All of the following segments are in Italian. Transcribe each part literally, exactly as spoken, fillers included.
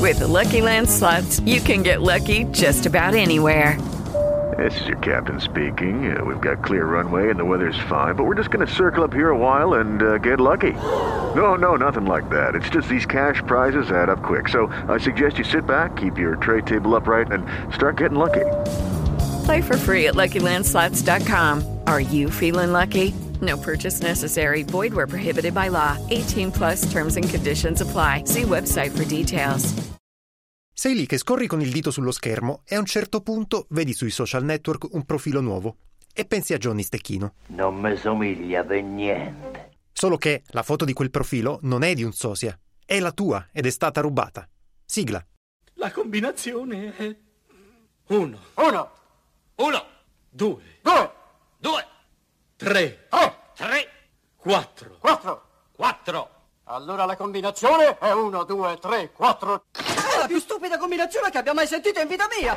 With the Lucky Land Slots, you can get lucky just about anywhere. This is your captain speaking. Uh, we've got clear runway and the weather's fine, but we're just going to circle up here a while and uh, get lucky. No, no, nothing like that. It's just these cash prizes add up quick. So I suggest you sit back, keep your tray table upright, and start getting lucky. Play for free at Lucky Land Slots dot com. Are you feeling lucky? No purchase necessary. Void where prohibited by law. eighteen plus terms and conditions apply. See website for details. Sei lì che scorri con il dito sullo schermo e a un certo punto vedi sui social network un profilo nuovo e pensi a Johnny Stecchino. Non mi somiglia per niente. Solo che la foto di quel profilo non è di un sosia, è la tua ed è stata rubata. Sigla. La combinazione è uno, Uno, uno, due, due, due, tre, tre, tre, quattro, quattro. quattro. Allora la combinazione è uno, due, tre, quattro. È la più stupida combinazione che abbia mai sentito in vita mia!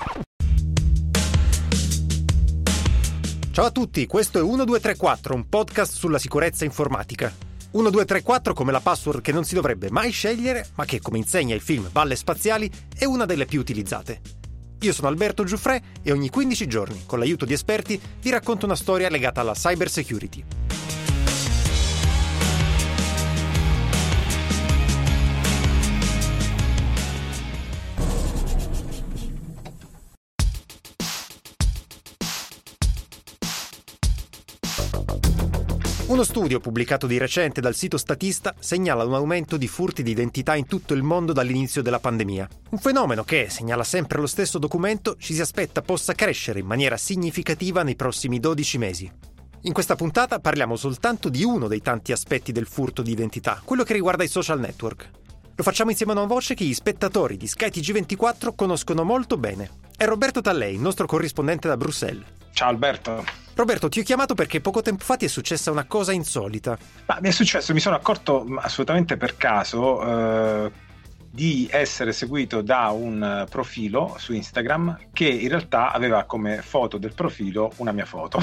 Ciao a tutti, questo è uno due tre quattro, un podcast sulla sicurezza informatica. uno due tre quattro come la password che non si dovrebbe mai scegliere, ma che, come insegna il film Balle Spaziali, è una delle più utilizzate. Io sono Alberto Giuffrè e ogni quindici giorni, con l'aiuto di esperti, vi racconto una storia legata alla cyber security. Uno studio pubblicato di recente dal sito Statista segnala un aumento di furti di identità in tutto il mondo dall'inizio della pandemia. Un fenomeno che, segnala sempre lo stesso documento, ci si aspetta possa crescere in maniera significativa nei prossimi dodici mesi. In questa puntata parliamo soltanto di uno dei tanti aspetti del furto di identità, quello che riguarda i social network. Lo facciamo insieme a una voce che gli spettatori di Sky T G ventiquattro conoscono molto bene. È Roberto Tallei, il nostro corrispondente da Bruxelles. Ciao Alberto. Roberto, ti ho chiamato perché poco tempo fa ti è successa una cosa insolita. Ma mi è successo, mi sono accorto assolutamente per caso eh, di essere seguito da un profilo su Instagram che in realtà aveva come foto del profilo una mia foto.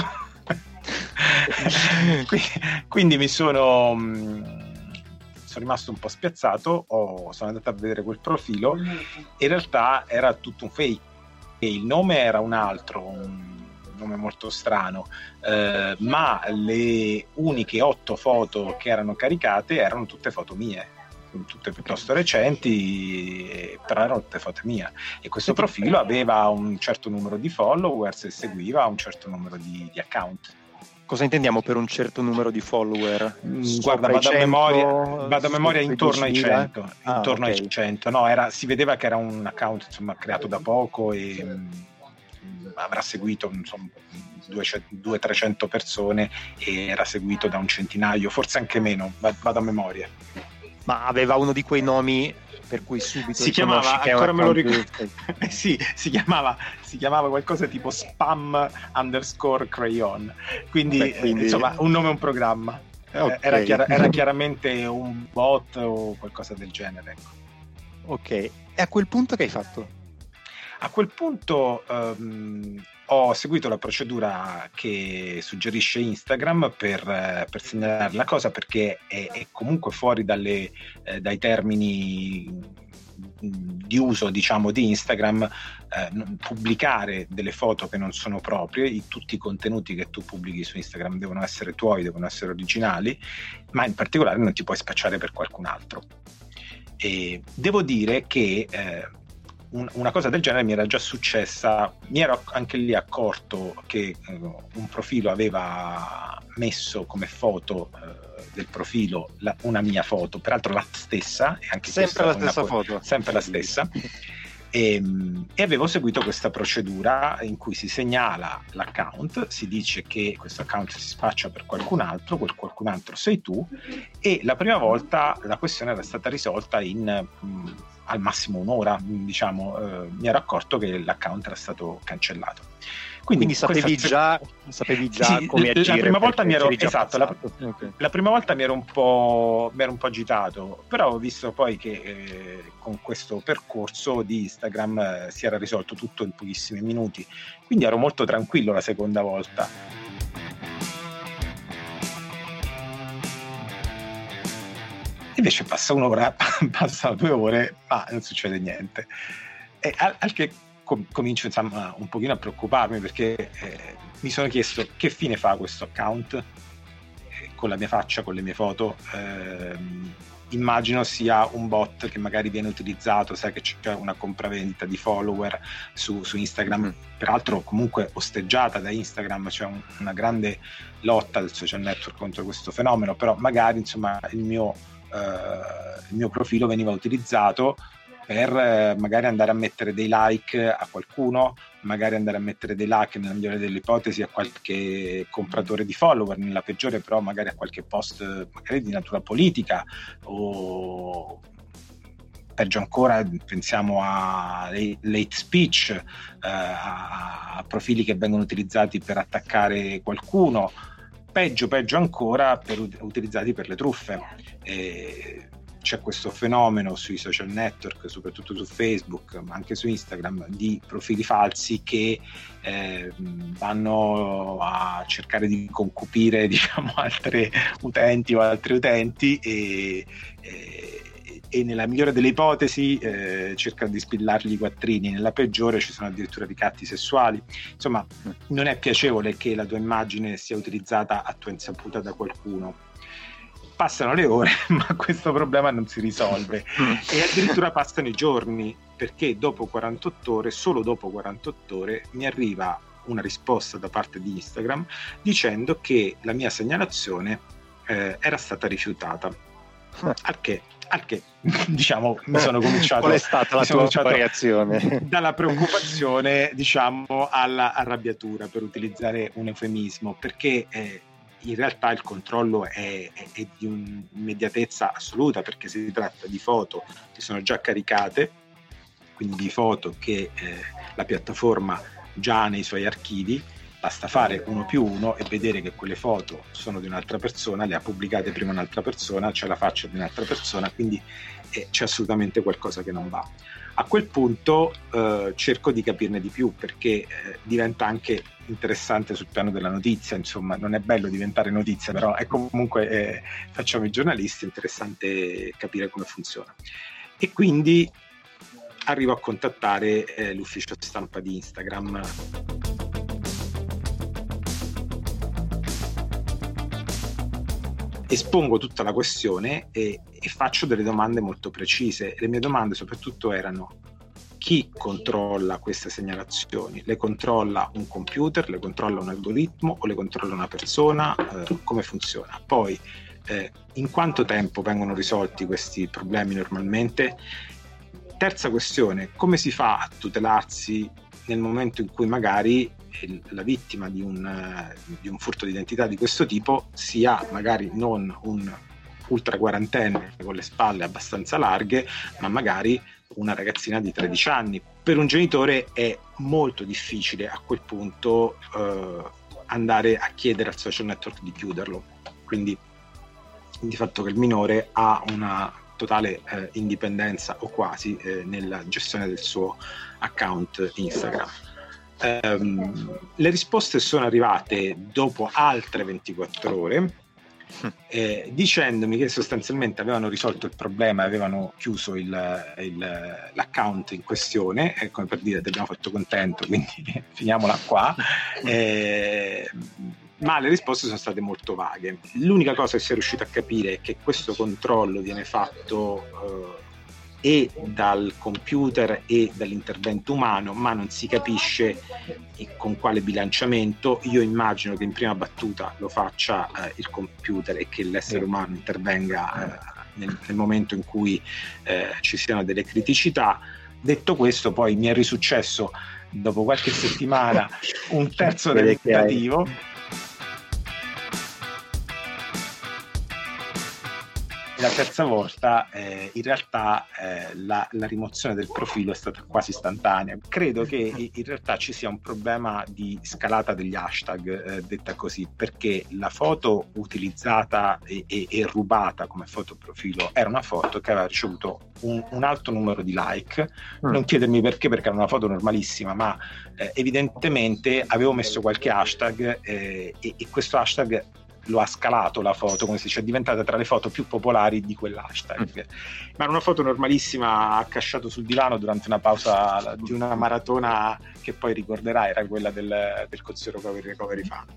quindi, quindi mi sono... Mh, sono rimasto un po' spiazzato, ho, sono andato a vedere quel profilo e in realtà era tutto un fake e il nome era un altro, un nome molto strano, eh, ma le uniche otto foto che erano caricate erano tutte foto mie, tutte piuttosto recenti, però erano tutte foto mie e questo profilo aveva un certo numero di followers e seguiva un certo numero di, di account. Cosa intendiamo per un certo numero di follower? Guarda, vado a memoria, vado a memoria intorno ai cento, ah, intorno okay. ai cento. No, era, si vedeva che era un account insomma creato da poco e mh, avrà seguito insomma duecento trecento persone e era seguito da un centinaio, forse anche meno, vado a memoria. Ma aveva uno di quei nomi per cui subito si chiamava, che ancora me lo ricordo, eh sì, si chiamava, si chiamava qualcosa tipo spam underscore crayon, quindi, Beh, quindi... insomma un nome e un programma. Okay. Era, chiara, era chiaramente un bot o qualcosa del genere, ecco. Ok, e a quel punto che hai fatto? A quel punto um, ho seguito la procedura che suggerisce Instagram per, per segnalare la cosa, perché è, è comunque fuori dalle, eh, dai termini di uso, diciamo, di Instagram, eh, pubblicare delle foto che non sono proprie. Tutti i contenuti che tu pubblichi su Instagram devono essere tuoi, devono essere originali, ma in particolare non ti puoi spacciare per qualcun altro. E devo dire che eh, una cosa del genere mi era già successa, mi ero anche lì accorto che eh, un profilo aveva messo come foto eh, del profilo la, una mia foto, peraltro la stessa, e anche sempre la stessa una, foto, sempre la stessa. E, e avevo seguito questa procedura in cui si segnala l'account, si dice che questo account si spaccia per qualcun altro, quel qualcun altro sei tu, e la prima volta la questione era stata risolta in mh, al massimo un'ora, diciamo, eh, mi ero accorto che l'account era stato cancellato. Quindi, Quindi sapevi, questa... già, sapevi già sì, come agire? La prima volta mi ero esatto, la, okay. la prima volta mi ero un po' mi ero un po' agitato, però ho visto poi che eh, con questo percorso di Instagram eh, si era risolto tutto in pochissimi minuti, quindi ero molto tranquillo la seconda volta. Invece passa un'ora, passano due ore, ma non succede niente. E al, al che com- comincio insomma un pochino a preoccuparmi, perché eh, mi sono chiesto che fine fa questo account eh, con la mia faccia, con le mie foto. Eh, immagino sia un bot che magari viene utilizzato, sai che c'è una compravendita di follower su, su Instagram, mm. peraltro comunque osteggiata da Instagram, c'è un, una grande lotta del social network contro questo fenomeno, però magari insomma il mio, eh, il mio profilo veniva utilizzato per eh, magari andare a mettere dei like a qualcuno, magari andare a mettere dei like, nella migliore delle ipotesi, a qualche compratore di follower, nella peggiore però magari a qualche post magari di natura politica, o peggio ancora pensiamo a late speech, eh, a, a profili che vengono utilizzati per attaccare qualcuno, peggio peggio ancora per utilizzati per le truffe. E c'è questo fenomeno sui social network, soprattutto su Facebook, ma anche su Instagram, di profili falsi che eh, vanno a cercare di concupire, diciamo, altre utenti o altri utenti e, e, e nella migliore delle ipotesi eh, cercano di spillargli i quattrini, nella peggiore ci sono addirittura ricatti sessuali. Insomma, non è piacevole che la tua immagine sia utilizzata a tua insaputa da qualcuno. Passano le ore, ma questo problema non si risolve e addirittura passano i giorni, perché dopo quarantotto ore, solo dopo quarantotto ore, mi arriva una risposta da parte di Instagram dicendo che la mia segnalazione eh, era stata rifiutata. Al che, al che diciamo, mi sono cominciato... Qual è stata la tua reazione? Dalla preoccupazione, diciamo, alla arrabbiatura, per utilizzare un eufemismo, perché... Eh, in realtà il controllo è, è, è di un'immediatezza assoluta, perché si tratta di foto che sono già caricate, quindi di foto che eh, la piattaforma già ha nei suoi archivi. Basta fare uno più uno e vedere che quelle foto sono di un'altra persona, le ha pubblicate prima un'altra persona, c'è la faccia di un'altra persona, quindi eh, c'è assolutamente qualcosa che non va. A quel punto eh, cerco di capirne di più, perché eh, diventa anche interessante sul piano della notizia. Insomma, non è bello diventare notizia, però è comunque, eh, facciamo i giornalisti, è interessante capire come funziona. E quindi arrivo a contattare eh, l'ufficio stampa di Instagram. Espongo tutta la questione e, e faccio delle domande molto precise. Le mie domande soprattutto erano: chi controlla queste segnalazioni? Le controlla un computer, le controlla un algoritmo o le controlla una persona? Eh, come funziona? Poi eh, in quanto tempo vengono risolti questi problemi normalmente? Terza questione: come si fa a tutelarsi nel momento in cui magari la vittima di un, di un furto di identità di questo tipo sia magari non un ultra quarantenne con le spalle abbastanza larghe, ma magari una ragazzina di tredici anni. Per un genitore è molto difficile a quel punto eh, andare a chiedere al social network di chiuderlo, quindi di fatto che il minore ha una totale eh, indipendenza o quasi eh, nella gestione del suo account Instagram. Um, le risposte sono arrivate dopo altre ventiquattro ore eh, dicendomi che sostanzialmente avevano risolto il problema e avevano chiuso il, il, l'account in questione, eh, come per dire: ti abbiamo fatto contento, quindi finiamola qua. Eh, ma le risposte sono state molto vaghe. L'unica cosa che si è riuscito a capire è che questo controllo viene fatto eh, e dal computer e dall'intervento umano, ma non si capisce con quale bilanciamento. Io immagino che in prima battuta lo faccia eh, il computer e che l'essere umano intervenga eh, nel, nel momento in cui eh, ci siano delle criticità. Detto questo, poi mi è risuccesso dopo qualche settimana un terzo tentativo. La terza volta eh, in realtà eh, la, la rimozione del profilo è stata quasi istantanea. Credo che in realtà ci sia un problema di scalata degli hashtag, eh, detta così, perché la foto utilizzata e, e, e rubata come foto profilo era una foto che aveva ricevuto un, un alto numero di like. Mm. Non chiedermi perché, perché era una foto normalissima, ma eh, evidentemente avevo messo qualche hashtag eh, e, e questo hashtag lo ha scalato la foto, come se sia diventata tra le foto più popolari di quell'hashtag. Mm. Ma era una foto normalissima, accasciato sul divano durante una pausa di una maratona che poi ricorderai, era quella del, del Consiglio Recovery, Recovery Fund.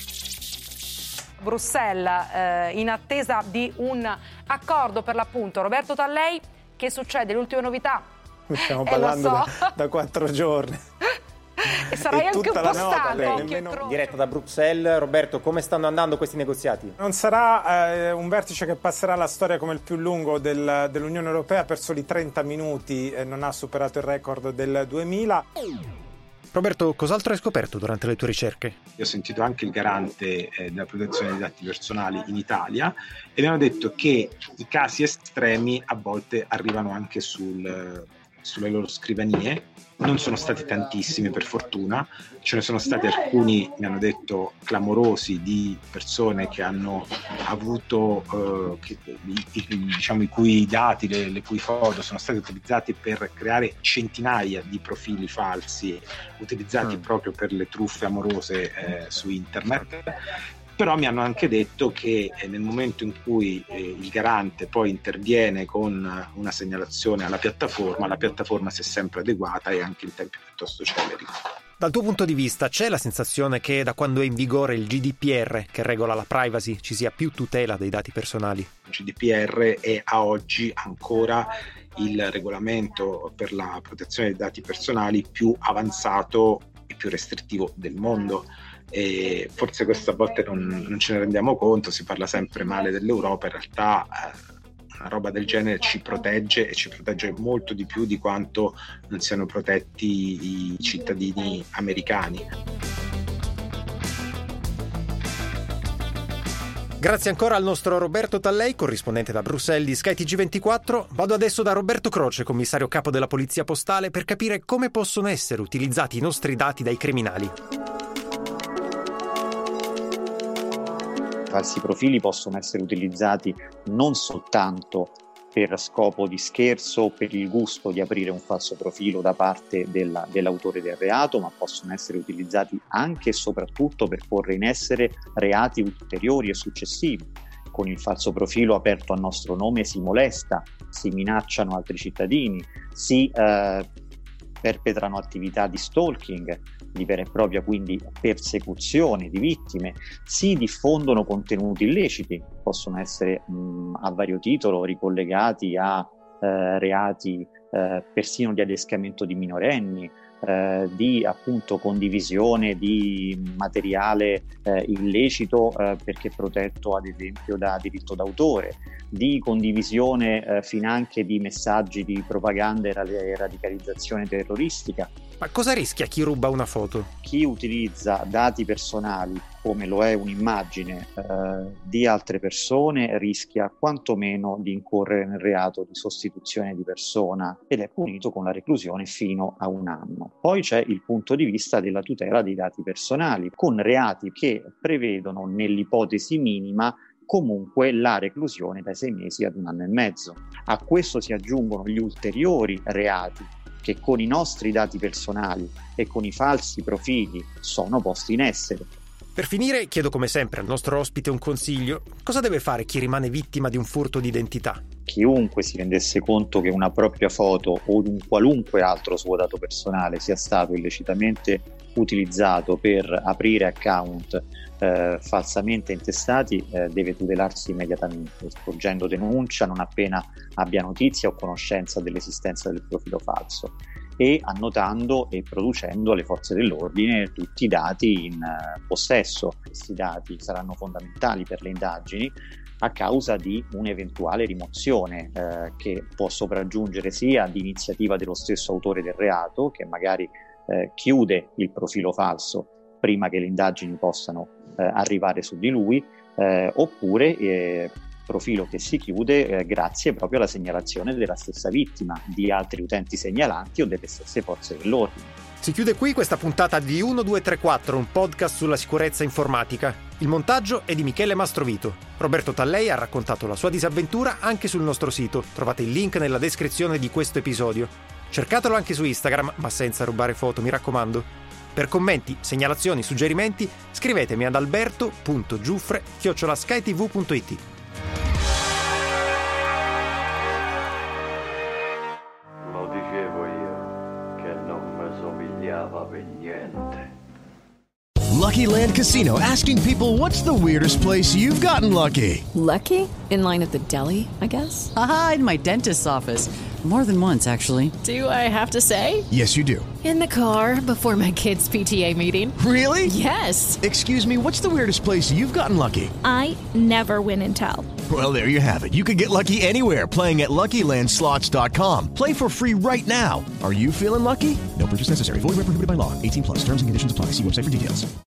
Bruxelles, eh, in attesa di un accordo per l'appunto. Roberto Tallei, che succede? L'ultima novità? Stiamo eh, parlando so. da, da quattro giorni. E sarai e anche un po' stanco. Nemmeno... Diretta da Bruxelles. Roberto, come stanno andando questi negoziati? Non sarà eh, un vertice che passerà alla storia come il più lungo del, dell'Unione Europea, per soli trenta minuti, e non ha superato il record del duemila. Roberto, cos'altro hai scoperto durante le tue ricerche? Io ho sentito anche il garante eh, della protezione dei dati personali in Italia e mi hanno detto che i casi estremi a volte arrivano anche sul, sulle loro scrivanie. Non sono stati tantissimi, per fortuna, ce ne sono stati alcuni, mi hanno detto, clamorosi, di persone che hanno avuto eh, che, i, diciamo i cui dati, le, le cui foto sono stati utilizzati per creare centinaia di profili falsi utilizzati mm. proprio per le truffe amorose eh, su internet. Però mi hanno anche detto che nel momento in cui eh, il garante poi interviene con una segnalazione alla piattaforma, la piattaforma si è sempre adeguata e anche in tempi piuttosto celeri. Dal tuo punto di vista c'è la sensazione che da quando è in vigore il G D P R, che regola la privacy, ci sia più tutela dei dati personali? Il G D P R è a oggi ancora il regolamento per la protezione dei dati personali più avanzato e più restrittivo del mondo. E forse questa volte non, non ce ne rendiamo conto, si parla sempre male dell'Europa, in realtà eh, una roba del genere ci protegge e ci protegge molto di più di quanto non siano protetti i cittadini americani. Grazie ancora al nostro Roberto Tallei, corrispondente da Bruxelles di Sky T G ventiquattro. Vado adesso da Roberto Croce, commissario capo della Polizia Postale, per capire come possono essere utilizzati i nostri dati dai criminali. Falsi profili possono essere utilizzati non soltanto per scopo di scherzo o per il gusto di aprire un falso profilo da parte della, dell'autore del reato, ma possono essere utilizzati anche e soprattutto per porre in essere reati ulteriori e successivi. Con il falso profilo aperto a nostro nome si molesta, si minacciano altri cittadini, si eh, perpetrano attività di stalking, di vera e propria quindi persecuzione di vittime, si diffondono contenuti illeciti, possono essere mh, a vario titolo ricollegati a eh, reati eh, persino di adescamento di minorenni, eh, di appunto condivisione di materiale eh, illecito eh, perché protetto ad esempio da diritto d'autore, di condivisione eh, finanche di messaggi di propaganda e radicalizzazione terroristica. Ma cosa rischia chi ruba una foto? Chi utilizza dati personali, come lo è un'immagine, eh, di altre persone, rischia quantomeno di incorrere nel reato di sostituzione di persona ed è punito con la reclusione fino a un anno. Poi c'è il punto di vista della tutela dei dati personali, con reati che prevedono nell'ipotesi minima comunque la reclusione da sei mesi ad un anno e mezzo. A questo si aggiungono gli ulteriori reati che con i nostri dati personali e con i falsi profili sono posti in essere. Per finire, chiedo come sempre al nostro ospite un consiglio. Cosa deve fare chi rimane vittima di un furto di identità? Chiunque si rendesse conto che una propria foto o un qualunque altro suo dato personale sia stato illecitamente utilizzato per aprire account eh, falsamente intestati eh, deve tutelarsi immediatamente, sporgendo denuncia non appena abbia notizia o conoscenza dell'esistenza del profilo falso e annotando e producendo alle forze dell'ordine tutti i dati in eh, possesso. Questi dati saranno fondamentali per le indagini a causa di un'eventuale rimozione eh, che può sopraggiungere sia di iniziativa dello stesso autore del reato, che magari eh, chiude il profilo falso prima che le indagini possano eh, arrivare su di lui, eh, oppure eh, profilo che si chiude eh, grazie proprio alla segnalazione della stessa vittima, di altri utenti segnalanti o delle stesse forze dell'ordine. Si chiude qui questa puntata di uno due tre quattro, un podcast sulla sicurezza informatica. Il montaggio è di Michele Mastrovito. Roberto Tallei ha raccontato la sua disavventura anche sul nostro sito. Trovate il link nella descrizione di questo episodio. Cercatelo anche su Instagram, ma senza rubare foto, mi raccomando. Per commenti, segnalazioni, suggerimenti, scrivetemi ad alberto punto giuffre chiocciola skytv punto it. Lo dicevo io, che non mi somigliava per niente. Lucky Land Casino, asking people, what's the weirdest place you've gotten lucky? Lucky? In line at the deli, I guess? Aha, in my dentist's office. More than once, actually. Do I have to say? Yes, you do. In the car before my kids' P T A meeting. Really? Yes. Excuse me, what's the weirdest place you've gotten lucky? I never win and tell. Well, there you have it. You can get lucky anywhere, playing at Lucky Land Slots dot com. Play for free right now. Are you feeling lucky? No purchase necessary. Void where prohibited by law. eighteen plus. Terms and conditions apply. See website for details.